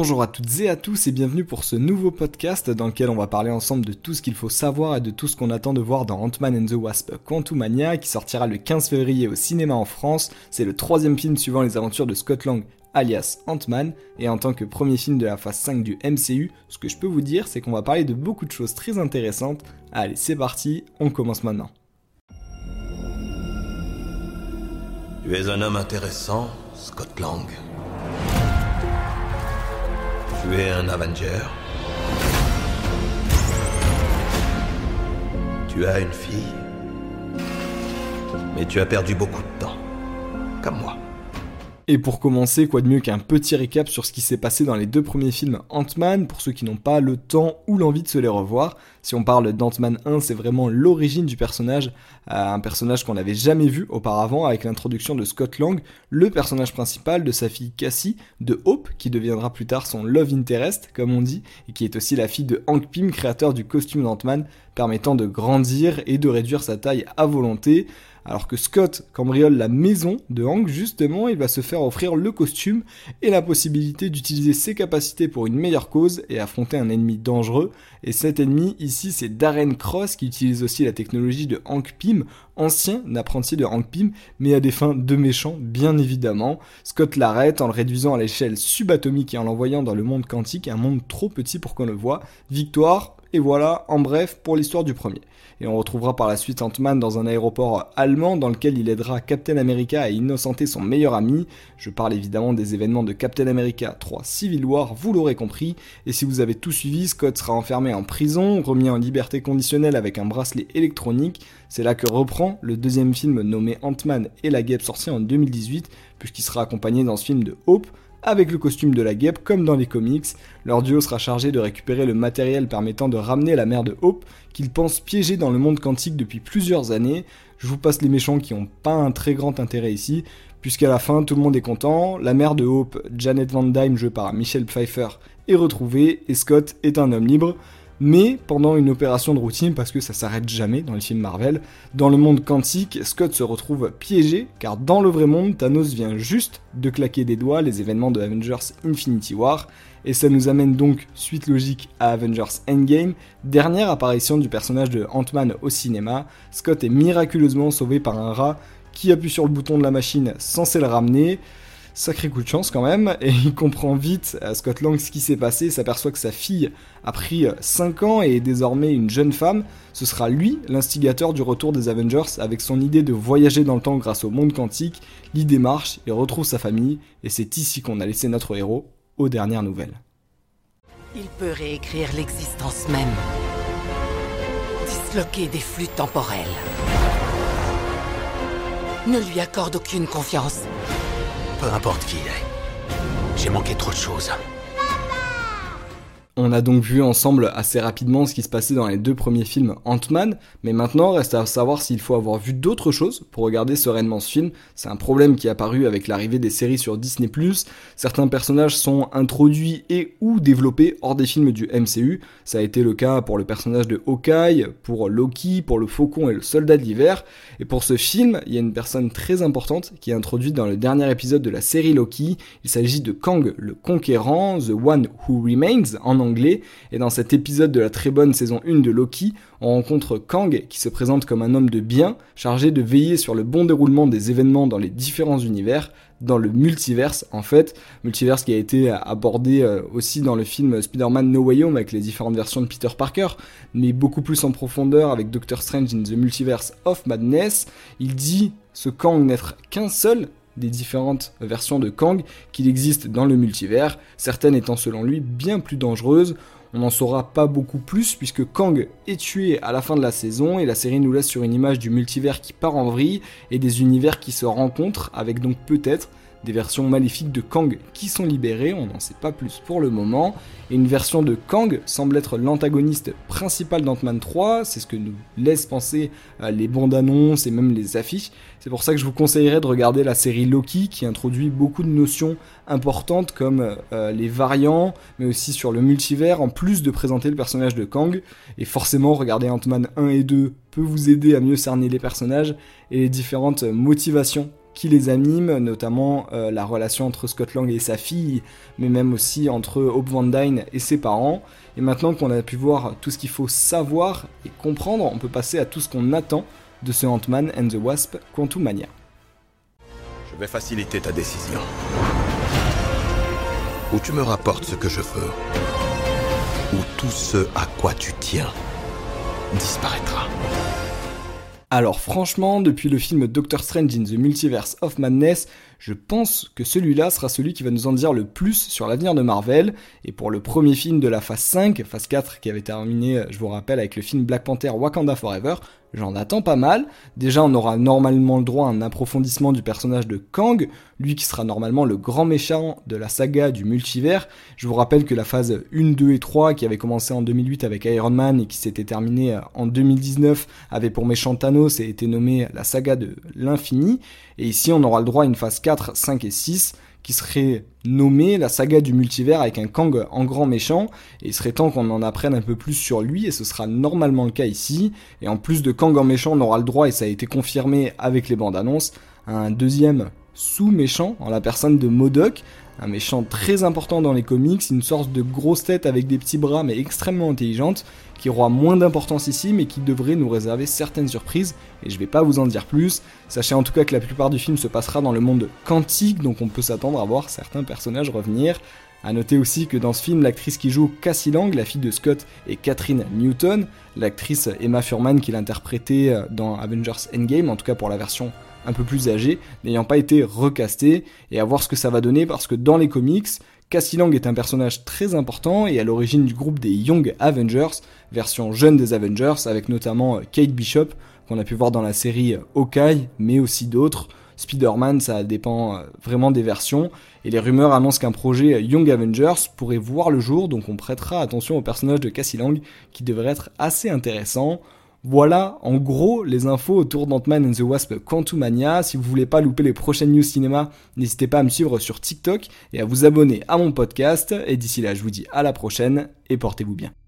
Bonjour à toutes et à tous et bienvenue pour ce nouveau podcast dans lequel on va parler ensemble de tout ce qu'il faut savoir et de tout ce qu'on attend de voir dans Ant-Man and the Wasp Quantumania qui sortira le 15 février au cinéma en France. C'est le troisième film suivant les aventures de Scott Lang alias Ant-Man, et en tant que premier film de la phase 5 du MCU, ce que je peux vous dire c'est qu'on va parler de beaucoup de choses très intéressantes. Allez, c'est parti, on commence maintenant. Tu es un homme intéressant, Scott Lang. Tu es un Avenger. Tu as une fille. Mais tu as perdu beaucoup de temps. Comme moi. Et pour commencer, quoi de mieux qu'un petit récap sur ce qui s'est passé dans les deux premiers films Ant-Man, pour ceux qui n'ont pas le temps ou l'envie de se les revoir. Si on parle d'Ant-Man 1, c'est vraiment l'origine du personnage, un personnage qu'on n'avait jamais vu auparavant, avec l'introduction de Scott Lang, le personnage principal de sa fille Cassie, de Hope, qui deviendra plus tard son love interest, comme on dit, et qui est aussi la fille de Hank Pym, créateur du costume d'Ant-Man, permettant de grandir et de réduire sa taille à volonté. Alors que Scott cambriole la maison de Hank, justement, il va se faire offrir le costume et la possibilité d'utiliser ses capacités pour une meilleure cause et affronter un ennemi dangereux. Et cet ennemi, ici, c'est Darren Cross qui utilise aussi la technologie de Hank Pym, ancien apprenti de Hank Pym, mais à des fins de méchant, bien évidemment. Scott l'arrête en le réduisant à l'échelle subatomique et en l'envoyant dans le monde quantique, un monde trop petit pour qu'on le voie. Victoire. Et voilà, en bref, pour l'histoire du premier. Et on retrouvera par la suite Ant-Man dans un aéroport allemand dans lequel il aidera Captain America à innocenter son meilleur ami. Je parle évidemment des événements de Captain America 3 Civil War, vous l'aurez compris. Et si vous avez tout suivi, Scott sera enfermé en prison, remis en liberté conditionnelle avec un bracelet électronique. C'est là que reprend le deuxième film nommé Ant-Man et la Guêpe, sorti en 2018, puisqu'il sera accompagné dans ce film de Hope, avec le costume de la guêpe comme dans les comics. Leur duo sera chargé de récupérer le matériel permettant de ramener la mère de Hope, qu'ils pensent piégée dans le monde quantique depuis plusieurs années. Je vous passe les méchants qui n'ont pas un très grand intérêt ici, puisqu'à la fin tout le monde est content, la mère de Hope, Janet Van Dyne jouée par Michelle Pfeiffer, est retrouvée, et Scott est un homme libre. Mais pendant une opération de routine, parce que ça s'arrête jamais dans les films Marvel, dans le monde quantique, Scott se retrouve piégé, car dans le vrai monde, Thanos vient juste de claquer des doigts les événements de Avengers Infinity War, et ça nous amène donc, suite logique, à Avengers Endgame, dernière apparition du personnage de Ant-Man au cinéma. Scott est miraculeusement sauvé par un rat qui appuie sur le bouton de la machine censé le ramener. Sacré coup de chance quand même, et il comprend vite, Scott Lang, ce qui s'est passé, s'aperçoit que sa fille a pris 5 ans et est désormais une jeune femme. Ce sera lui, l'instigateur du retour des Avengers, avec son idée de voyager dans le temps grâce au monde quantique. L'idée marche, il retrouve sa famille, et c'est ici qu'on a laissé notre héros, aux dernières nouvelles. Il peut réécrire l'existence même, disloquer des flux temporels. Ne lui accorde aucune confiance. Peu importe qui il est. J'ai manqué trop de choses. On a donc vu ensemble assez rapidement ce qui se passait dans les deux premiers films Ant-Man, mais maintenant reste à savoir s'il faut avoir vu d'autres choses pour regarder sereinement ce film. C'est un problème qui est apparu avec l'arrivée des séries sur Disney+. Certains personnages sont introduits et ou développés hors des films du MCU. Ça a été le cas pour le personnage de Hawkeye, pour Loki, pour le Faucon et le Soldat de l'Hiver. Et pour ce film, il y a une personne très importante qui est introduite dans le dernier épisode de la série Loki. Il s'agit de Kang le Conquérant, The One Who Remains en anglais, et dans cet épisode de la très bonne saison 1 de Loki, on rencontre Kang qui se présente comme un homme de bien, chargé de veiller sur le bon déroulement des événements dans les différents univers, dans le multiverse en fait, multiverse qui a été abordé aussi dans le film Spider-Man No Way Home avec les différentes versions de Peter Parker, mais beaucoup plus en profondeur avec Doctor Strange in the Multiverse of Madness. Il dit ce Kang n'être qu'un seul des différentes versions de Kang qu'il existe dans le multivers, certaines étant selon lui bien plus dangereuses. On n'en saura pas beaucoup plus puisque Kang est tué à la fin de la saison et la série nous laisse sur une image du multivers qui part en vrille et des univers qui se rencontrent avec donc peut-être des versions maléfiques de Kang qui sont libérées, on n'en sait pas plus pour le moment, et une version de Kang semble être l'antagoniste principal d'Ant-Man 3, c'est ce que nous laissent penser les bandes annonces et même les affiches. C'est pour ça que je vous conseillerais de regarder la série Loki qui introduit beaucoup de notions importantes comme les variants, mais aussi sur le multivers, en plus de présenter le personnage de Kang, et forcément regarder Ant-Man 1 et 2 peut vous aider à mieux cerner les personnages et les différentes motivations qui les anime, notamment la relation entre Scott Lang et sa fille, mais même aussi entre Hope Van Dyne et ses parents. Et maintenant qu'on a pu voir tout ce qu'il faut savoir et comprendre, on peut passer à tout ce qu'on attend de ce Ant-Man and the Wasp Quantumania. Je vais faciliter ta décision. Ou tu me rapportes ce que je veux, ou tout ce à quoi tu tiens disparaîtra. Alors franchement, depuis le film Doctor Strange in the Multiverse of Madness, je pense que celui-là sera celui qui va nous en dire le plus sur l'avenir de Marvel. Et pour le premier film de la phase 5, phase 4 qui avait terminé, je vous rappelle, avec le film Black Panther Wakanda Forever, j'en attends pas mal. Déjà, on aura normalement le droit à un approfondissement du personnage de Kang, lui qui sera normalement le grand méchant de la saga du multivers. Je vous rappelle que la phase 1, 2 et 3, qui avait commencé en 2008 avec Iron Man et qui s'était terminée en 2019, avait pour méchant Thanos et été nommée la saga de l'infini. Et ici, on aura le droit à une phase 4, 5 et 6, qui serait nommée la saga du multivers avec un Kang en grand méchant, et il serait temps qu'on en apprenne un peu plus sur lui, et ce sera normalement le cas ici. Et en plus de Kang en méchant, on aura le droit, et ça a été confirmé avec les bandes annonces, à un deuxième sous-méchant, en la personne de MODOK, un méchant très important dans les comics, une sorte de grosse tête avec des petits bras mais extrêmement intelligente, qui aura moins d'importance ici mais qui devrait nous réserver certaines surprises, et je vais pas vous en dire plus. Sachez en tout cas que la plupart du film se passera dans le monde quantique, donc on peut s'attendre à voir certains personnages revenir. A noter aussi que dans ce film, l'actrice qui joue Cassie Lang, la fille de Scott, est Catherine Newton, l'actrice Emma Thurman qui l'interprétait dans Avengers Endgame, en tout cas pour la version un peu plus âgée, n'ayant pas été recastée, et à voir ce que ça va donner, parce que dans les comics, Cassie Lang est un personnage très important et à l'origine du groupe des Young Avengers, version jeune des Avengers, avec notamment Kate Bishop, qu'on a pu voir dans la série Hawkeye, mais aussi d'autres. Spider-Man, ça dépend vraiment des versions, et les rumeurs annoncent qu'un projet Young Avengers pourrait voir le jour, donc on prêtera attention au personnage de Cassie Lang, qui devrait être assez intéressant. Voilà, en gros, les infos autour d'Ant-Man and the Wasp Quantumania. Si vous voulez pas louper les prochaines news cinéma, n'hésitez pas à me suivre sur TikTok et à vous abonner à mon podcast. Et d'ici là, je vous dis à la prochaine et portez-vous bien.